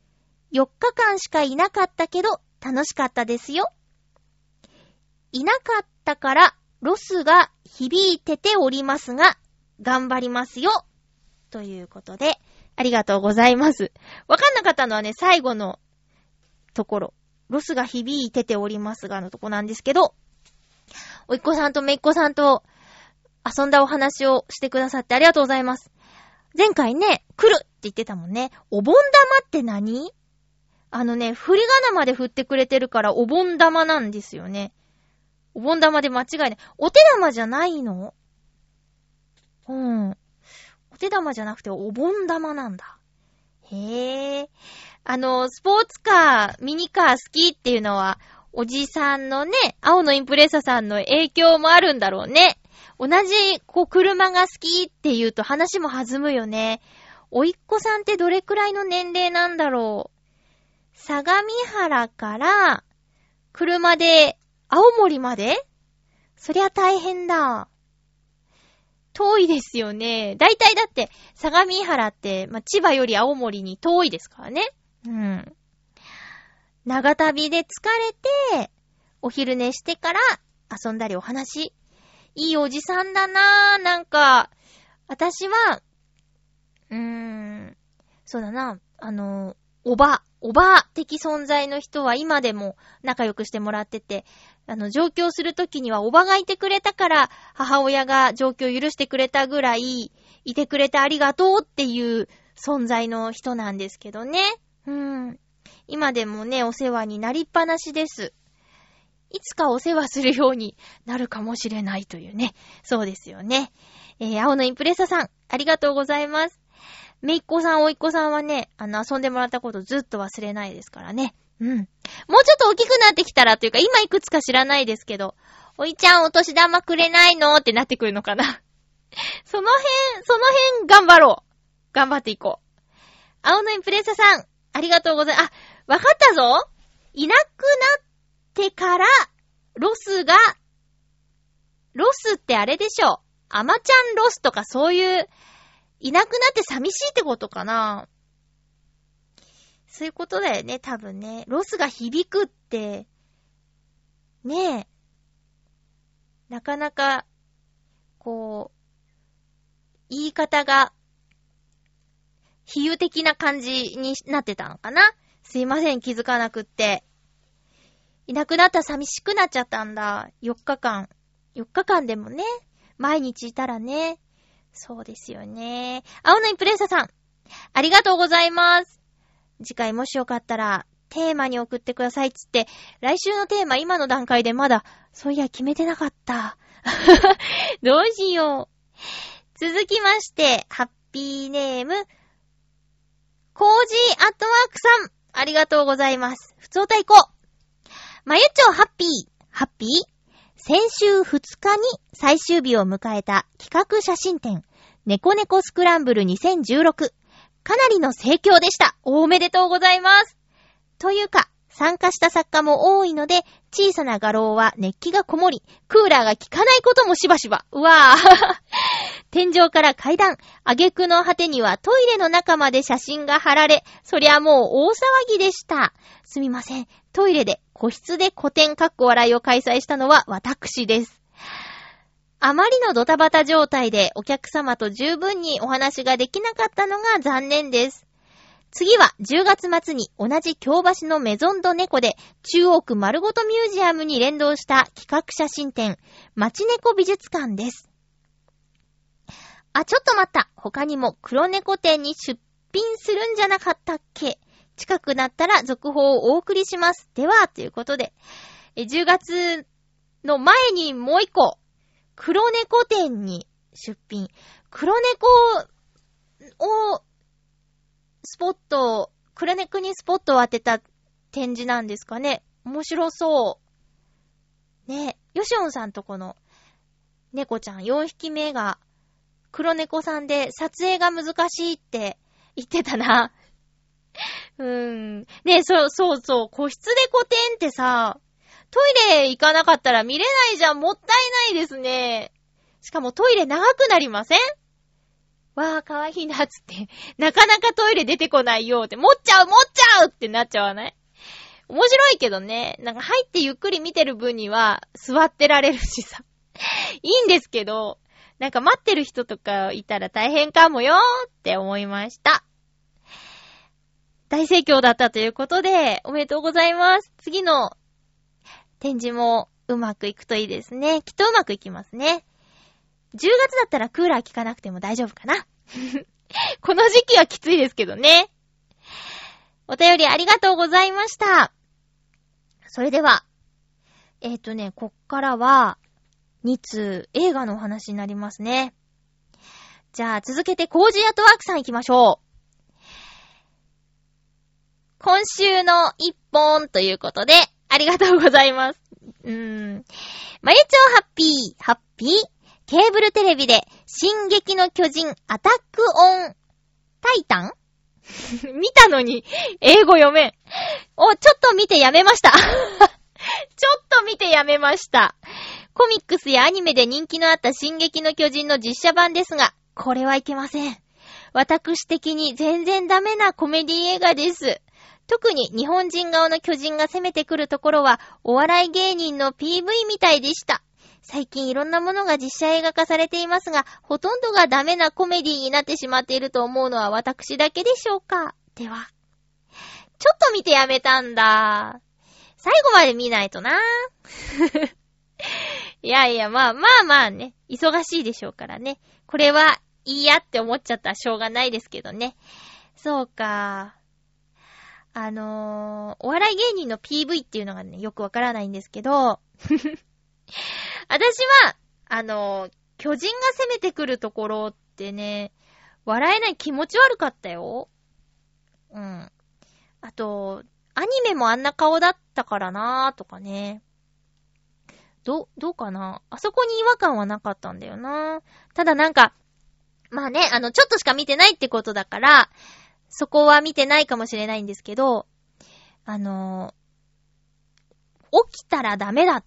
A: 、4日間しかいなかったけど楽しかったですよ。いなかったからロスが響いてておりますが、頑張りますよ。ということで、ありがとうございます。わかんなかったのはね、最後のところ、ロスが響いてておりますがのとこなんですけど、おいっ子さんとめいっ子さんと遊んだお話をしてくださってありがとうございます。前回ね、来るって言ってたもんね。お盆玉って何？振り仮名まで振ってくれてるからお盆玉なんですよね。お盆玉で間違いない。お手玉じゃないの？うん。お手玉じゃなくてお盆玉なんだ。へえ。スポーツカー、ミニカー好きっていうのは、おじさんのね、青のインプレッサさんの影響もあるんだろうね。同じ、車が好きって言うと話も弾むよね。おいっ子さんってどれくらいの年齢なんだろう。相模原から、車で、青森まで？そりゃ大変だ。遠いですよね。だいたいだって、相模原って、千葉より青森に遠いですからね。うん。長旅で疲れて、お昼寝してから遊んだりお話。いいおじさんだなぁ。なんか、私は、そうだな、おば的存在の人は今でも仲良くしてもらってて、 上京するときにはおばがいてくれたから、母親が上京を許してくれたぐらい、いてくれてありがとうっていう存在の人なんですけどね。今でもね、お世話になりっぱなしです。いつかお世話するようになるかもしれないというね。そうですよね。青のインプレッサさん、ありがとうございます。めいっ子さん、おいっ子さんはね、遊んでもらったことずっと忘れないですからね。もうちょっと大きくなってきたらというか、今いくつか知らないですけど、おいちゃんお年玉くれないのってなってくるのかな。その辺頑張ろう。頑張っていこう。青のインプレッサさん、ありがとうございます。わかったぞ。いなくなってから、ロスってあれでしょ。アマちゃんロスとかそういう、いなくなって寂しいってことかな。そういうことだよね、多分ね。ロスが響くって、ねえ。なかなか、こう、言い方が、比喩的な感じになってたのかな。すいません、気づかなくって。いなくなったら寂しくなっちゃったんだ。4日間でもね、毎日いたらね。そうですよね。青のインプレッサさん、ありがとうございます。次回もしよかったらテーマに送ってくださいっつって、来週のテーマ今の段階でまだそういや決めてなかったどうしよう。続きましてハッピーネームコージーアットワークさん、ありがとうございます。ふつおたいこう。まゆちょハッピー先週2日に最終日を迎えた企画写真展猫猫スクランブル2016、かなりの盛況でした。おめでとうございます。というか、参加した作家も多いので、小さな画廊は熱気がこもり、クーラーが効かないこともしばしば。うわぁ。天井から階段、挙句の果てにはトイレの中まで写真が貼られ、そりゃもう大騒ぎでした。すみません。トイレで、個室で個展（笑い）を開催したのは私です。あまりのドタバタ状態でお客様と十分にお話ができなかったのが残念です。次は10月末に同じ京橋のメゾンド猫で中央区丸ごとミュージアムに連動した企画写真展街猫美術館です。あ、ちょっと待った。他にも黒猫展に出品するんじゃなかったっけ。近くなったら続報をお送りします。では、ということで、10月の前にもう一個、黒猫展に出品。黒猫を黒猫にスポットを当てた展示なんですかね。面白そう。ね、ヨシオンさんとこの猫ちゃん4匹目が黒猫さんで撮影が難しいって言ってたな。ね、そう、個室で個展ってさ、トイレ行かなかったら見れないじゃん。もったいないですね。しかもトイレ長くなりません？わー、かわいいなっつって。なかなかトイレ出てこないよって。持っちゃうってなっちゃわない？面白いけどね。なんか入ってゆっくり見てる分には座ってられるしさ。いいんですけど、なんか待ってる人とかいたら大変かもよって思いました。大盛況だったということで、おめでとうございます。次の展示もうまくいくといいですね。きっとうまくいきますね。10月だったらクーラー効かなくても大丈夫かな。この時期はきついですけどね。お便りありがとうございました。それでは、こっからは2通映画のお話になりますね。じゃあ続けてコージーアットワークさん行きましょう。今週の一本ということで、ありがとうございます。まゆちょハッピー。ケーブルテレビで、進撃の巨人アタックオンタイタン見たのに、英語読めん。ちょっと見てやめました。コミックスやアニメで人気のあった進撃の巨人の実写版ですが、これはいけません。私的に全然ダメなコメディ映画です。特に日本人側の巨人が攻めてくるところは、お笑い芸人の PV みたいでした。最近いろんなものが実写映画化されていますが、ほとんどがダメなコメディになってしまっていると思うのは私だけでしょうか。では。ちょっと見てやめたんだ。 最後まで見ないとな。いやいや、まあね、忙しいでしょうからね。これはいいやって思っちゃったらしょうがないですけどね。そうか。お笑い芸人の PV っていうのがね、よくわからないんですけど、私は、巨人が攻めてくるところってね、笑えない気持ち悪かったよ。うん。あと、アニメもあんな顔だったからなーとかね。どうかな？あそこに違和感はなかったんだよな。ただなんか、まあね、ちょっとしか見てないってことだから、そこは見てないかもしれないんですけど、起きたらダメだって、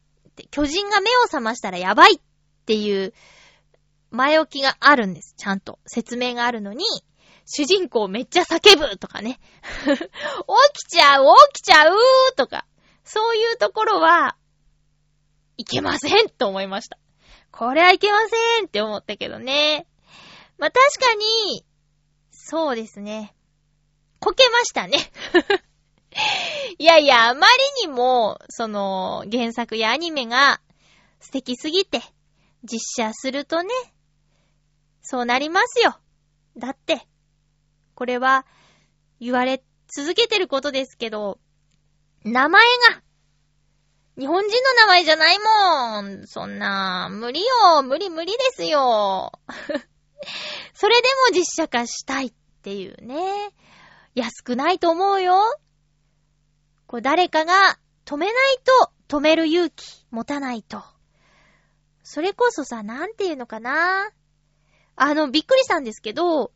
A: 巨人が目を覚ましたらやばいっていう前置きがあるんです。ちゃんと説明があるのに、主人公めっちゃ叫ぶとかね。起きちゃうとか、そういうところはいけませんと思いました。これはいけませんって思ったけどね。まあ、確かに、そうですね。こけましたね。いやいや、あまりにも、原作やアニメが素敵すぎて、実写するとね、そうなりますよ。だって、これは言われ続けてることですけど、名前が、日本人の名前じゃないもん。そんな、無理よ。無理ですよ。それでも実写化したいっていうね。安くないと思うよ。こう誰かが止めないと止める勇気持たないと。それこそさ、なんていうのかな。びっくりしたんですけど、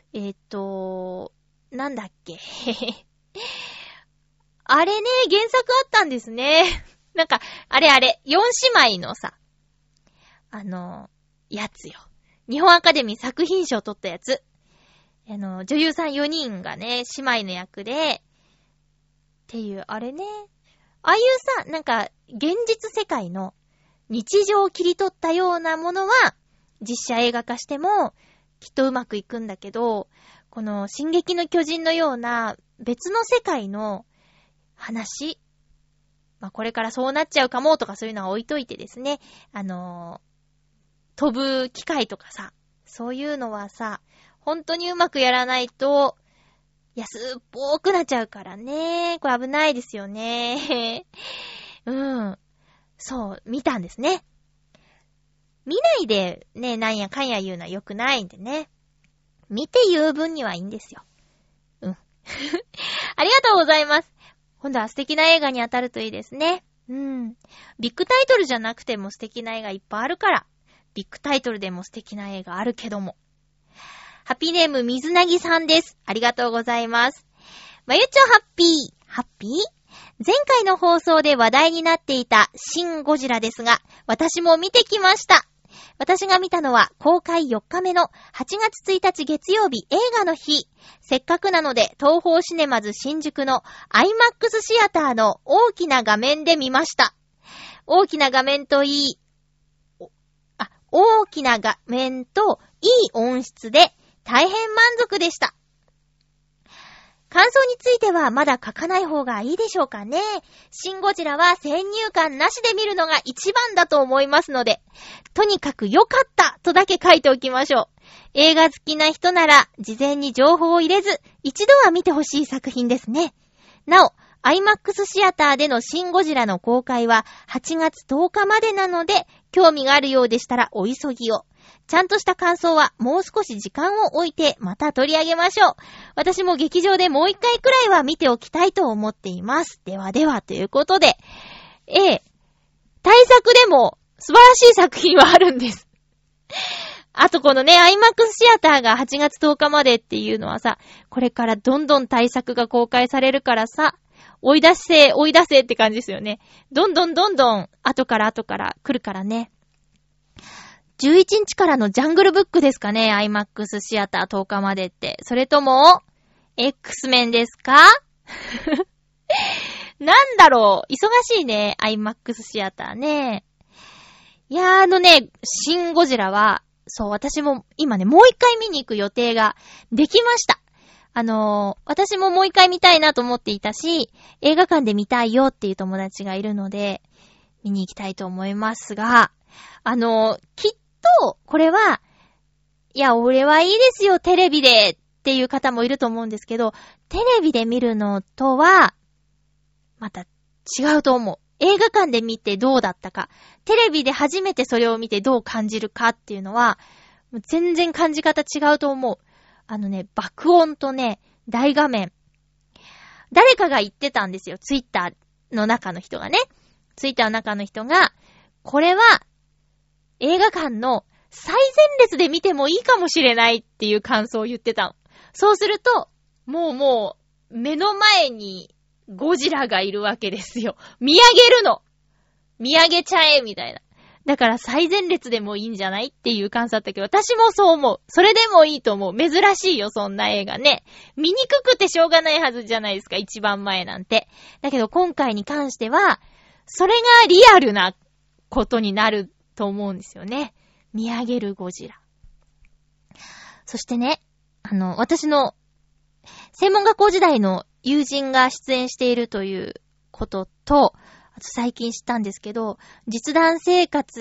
A: なんだっけ。あれね、原作あったんですね。なんか、あれ、4姉妹のさ、やつよ。日本アカデミー作品賞を取ったやつ。女優さん4人がね、姉妹の役で、っていう、あれね。ああいうさ、なんか、現実世界の日常を切り取ったようなものは、実写映画化しても、きっとうまくいくんだけど、この、進撃の巨人のような、別の世界の話、まあ、これからそうなっちゃうかもとかそういうのは置いといてですね、飛ぶ機械とかさ、そういうのはさ、本当にうまくやらないと、安っぽくなっちゃうからね。これ危ないですよね。うん。そう、見たんですね。見ないでね、なんやかんや言うのは良くないんでね。見て言う分にはいいんですよ。うん。ありがとうございます。今度は素敵な映画に当たるといいですね。うん。ビッグタイトルじゃなくても素敵な映画いっぱいあるから、ビッグタイトルでも素敵な映画あるけども。ハッピーネーム水なぎさんです。ありがとうございます。まゆちょハッピー前回の放送で話題になっていたシン・ゴジラですが、私も見てきました。私が見たのは公開4日目の8月1日月曜日映画の日。せっかくなので東宝シネマズ新宿の IMAX シアターの大きな画面で見ました。大きな画面といい音質で大変満足でした。感想についてはまだ書かない方がいいでしょうかね。シン・ゴジラは先入観なしで見るのが一番だと思いますので、とにかく良かったとだけ書いておきましょう。映画好きな人なら事前に情報を入れず一度は見てほしい作品ですね。なお、IMAX シアターでのシン・ゴジラの公開は8月10日までなので、興味があるようでしたらお急ぎを。ちゃんとした感想はもう少し時間を置いてまた取り上げましょう。私も劇場でもう一回くらいは見ておきたいと思っています。ではではということで、大作でも素晴らしい作品はあるんです。あとこのね、IMAX シアターが8月10日までっていうのはさ、これからどんどん大作が公開されるからさ、追い出せって感じですよね。どんどん後から来るからね。11日からのジャングルブックですかね、IMAX シアター10日までって。それとも、X メンですかなんだろう、忙しいね、IMAX シアターね。いやシン・ゴジラは、そう、私も今ね、もう一回見に行く予定ができました。 私ももう一回見たいなと思っていたし、映画館で見たいよっていう友達がいるので、見に行きたいと思いますが、きっと、これは、いや、俺はいいですよ、テレビでっていう方もいると思うんですけど、テレビで見るのとは、また違うと思う。映画館で見てどうだったか、テレビで初めてそれを見てどう感じるかっていうのは、全然感じ方違うと思う。爆音とね、大画面。誰かが言ってたんですよ。ツイッターの中の人がね。ツイッターの中の人が、これは映画館の最前列で見てもいいかもしれないっていう感想を言ってたの。そうすると、もう、目の前にゴジラがいるわけですよ。見上げるの。見上げちゃえみたいな。だから最前列でもいいんじゃないっていう感想だったけど、私もそう思う。それでもいいと思う。珍しいよ、そんな映画ね。見にくくてしょうがないはずじゃないですか、一番前なんて。だけど今回に関しては、それがリアルなことになると思うんですよね。見上げるゴジラ。そしてね、私の専門学校時代の友人が出演しているということと、あと最近知ったんですけど、実弾生活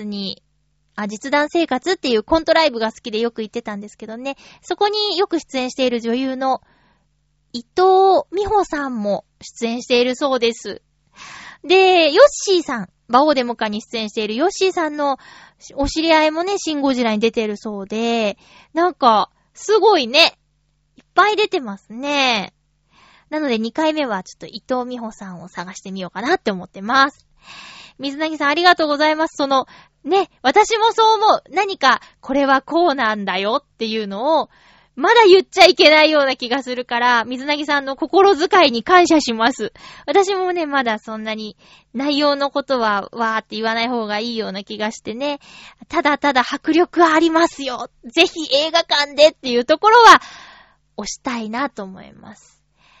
A: っていうコントライブが好きでよく行ってたんですけどね、そこによく出演している女優の伊藤美穂さんも出演しているそうです。で、ヨッシーさん、バオデモカに出演しているヨッシーさんのお知り合いもね、シン・ゴジラに出てるそうで、なんか、すごいね、いっぱい出てますね。なので2回目はちょっと伊藤美穂さんを探してみようかなって思ってます。水なぎさんありがとうございます。私もそう思う。何かこれはこうなんだよっていうのをまだ言っちゃいけないような気がするから、水なぎさんの心遣いに感謝します。私もね、まだそんなに内容のことはわーって言わない方がいいような気がしてね。ただただ迫力ありますよ。ぜひ映画館でっていうところは推したいなと思います。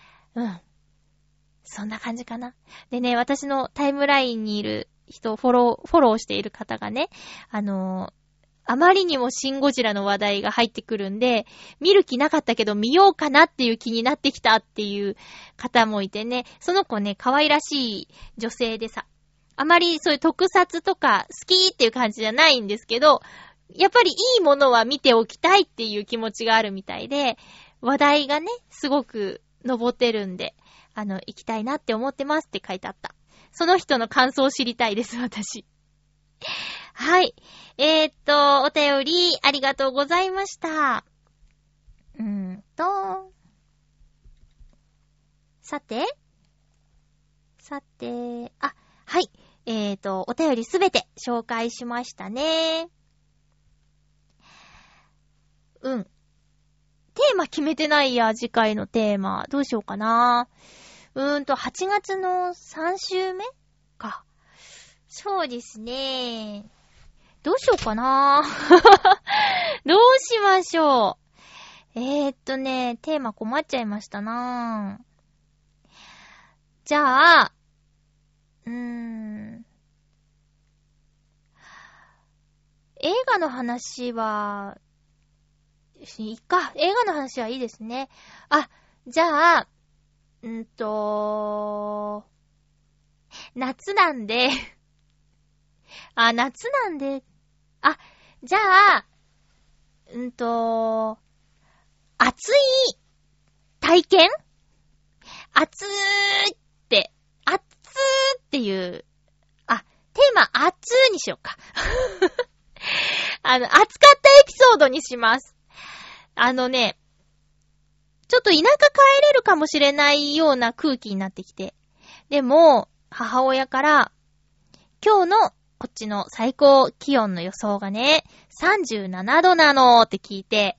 A: そんな感じかな。でね、私のタイムラインにいる人、フォローしている方がね、あまりにもシン・ゴジラの話題が入ってくるんで、見る気なかったけど見ようかなっていう気になってきたっていう方もいてね、その子ね、可愛らしい女性でさ、あまりそういう特撮とか好きっていう感じじゃないんですけど、やっぱりいいものは見ておきたいっていう気持ちがあるみたいで、話題がね、すごく登ってるんで、行きたいなって思ってますって書いてあった。その人の感想を知りたいです、私。はい。お便りありがとうございました。さて、はい。お便りすべて紹介しましたね。テーマ決めてないや、次回のテーマ。どうしようかな。8月の3週目か。そうですね。どうしようかな。どうしましょう。テーマ困っちゃいましたな。じゃあ、映画の話は、映画の話はいいですね。じゃあ、夏なんで、じゃあ、暑い体験？暑っていう、テーマ暑にしようか。暑かったエピソードにします。ちょっと田舎帰れるかもしれないような空気になってきて。でも、母親から、今日のこっちの最高気温の予想がね、37度なのって聞いて、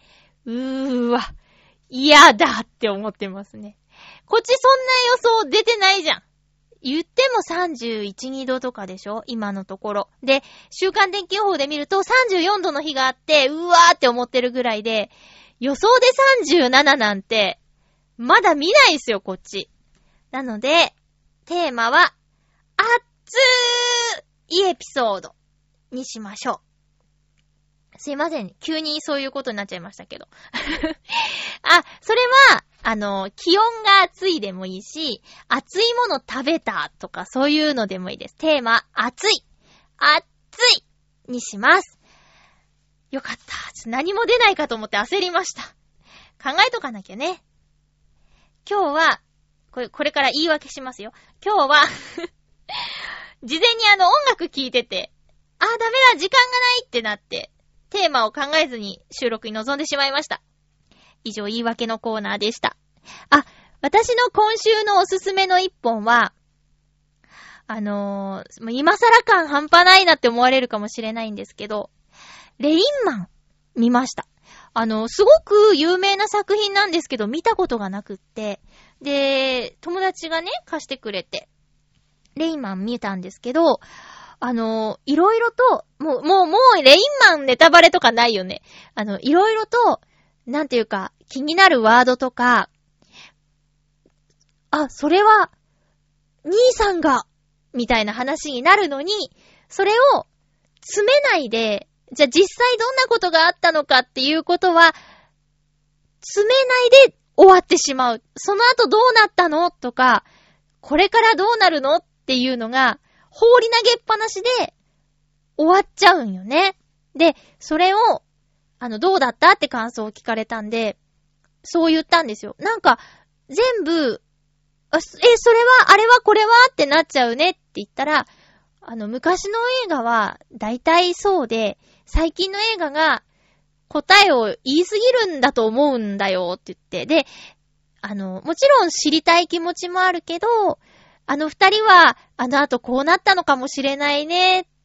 A: 嫌だって思ってますね。こっちそんな予想出てないじゃん。言っても31、2度とかでしょ？今のところ。で、週間天気予報で見ると34度の日があって、って思ってるぐらいで、予想で37なんて、まだ見ないですよ、こっち。なので、テーマは、暑いエピソードにしましょう。すいません。急にそういうことになっちゃいましたけど。それは、 気温が暑いでもいいし、暑いもの食べたとかそういうのでもいいです。テーマ、暑いにします。よかった。何も出ないかと思って焦りました。考えとかなきゃね。今日は、これから言い訳しますよ。今日は、事前に音楽聴いてて、ダメだ、時間がないってなって、テーマを考えずに収録に臨んでしまいました。以上、言い訳のコーナーでした。私の今週のおすすめの一本は、今更感半端ないなって思われるかもしれないんですけど、レインマン見ました。すごく有名な作品なんですけど、見たことがなくって、で、友達がね、貸してくれて、レインマン見たんですけど、いろいろと、もう、レインマンネタバレとかないよね。いろいろと、なんていうか、気になるワードとか、それは、兄さんが、みたいな話になるのに、それを、詰めないで、じゃあ実際どんなことがあったのかっていうことは、詰めないで終わってしまう。その後どうなったのとか、これからどうなるのっていうのが、放り投げっぱなしで終わっちゃうんよね。で、それを、どうだったって感想を聞かれたんで、そう言ったんですよ。なんか、全部、それは、あれはこれはってなっちゃうねって言ったら、昔の映画は大体そうで、最近の映画が答えを言いすぎるんだと思うんだよって言って、で、もちろん知りたい気持ちもあるけど、二人は、後こうなったのかもしれないねって、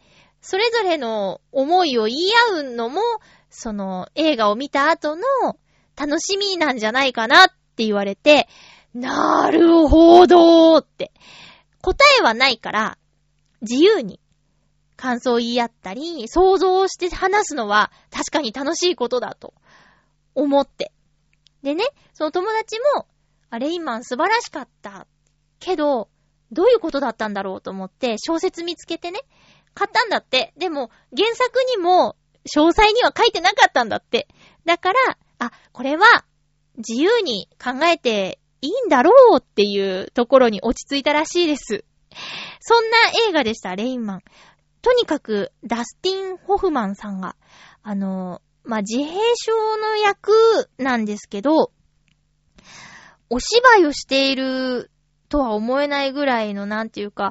A: それぞれの思いを言い合うのも、その映画を見た後の楽しみなんじゃないかなって言われて、なるほどーって。答えはないから、自由に感想を言い合ったり、想像して話すのは確かに楽しいことだと思って。でね、その友達も、レインマン素晴らしかった。けど、どういうことだったんだろうと思って小説見つけてね、買ったんだって。でも、原作にも詳細には書いてなかったんだって。だから、これは自由に考えていいんだろうっていうところに落ち着いたらしいです。そんな映画でした、レインマン。とにかく、ダスティン・ホフマンさんが、自閉症の役なんですけど、お芝居をしているとは思えないぐらいの、なんていうか、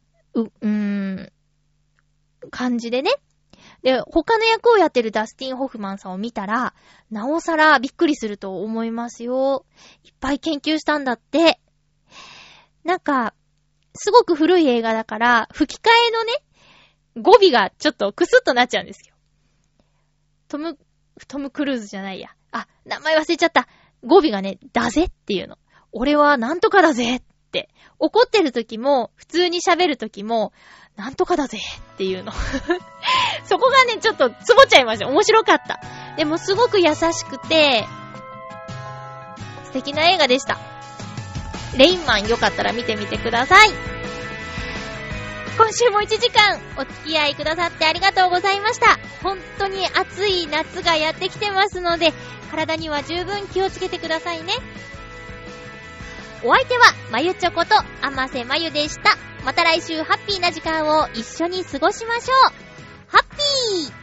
A: 感じでね。で、他の役をやってるダスティン・ホフマンさんを見たら、なおさらびっくりすると思いますよ。いっぱい研究したんだって。なんか、すごく古い映画だから、吹き替えのね、語尾がちょっとクスッとなっちゃうんですよ。トムクルーズじゃないや。名前忘れちゃった。語尾がね、だぜっていうの。俺はなんとかだぜって。怒ってる時も、普通に喋る時も、なんとかだぜっていうの。そこがね、ちょっとつぼっちゃいました。面白かった。でもすごく優しくて、素敵な映画でした。レインマンよかったら見てみてください。今週も1時間お付き合いくださってありがとうございました。本当に暑い夏がやってきてますので、体には十分気をつけてくださいね。お相手はまゆちょこと甘瀬まゆでした。また来週ハッピーな時間を一緒に過ごしましょう。ハッピー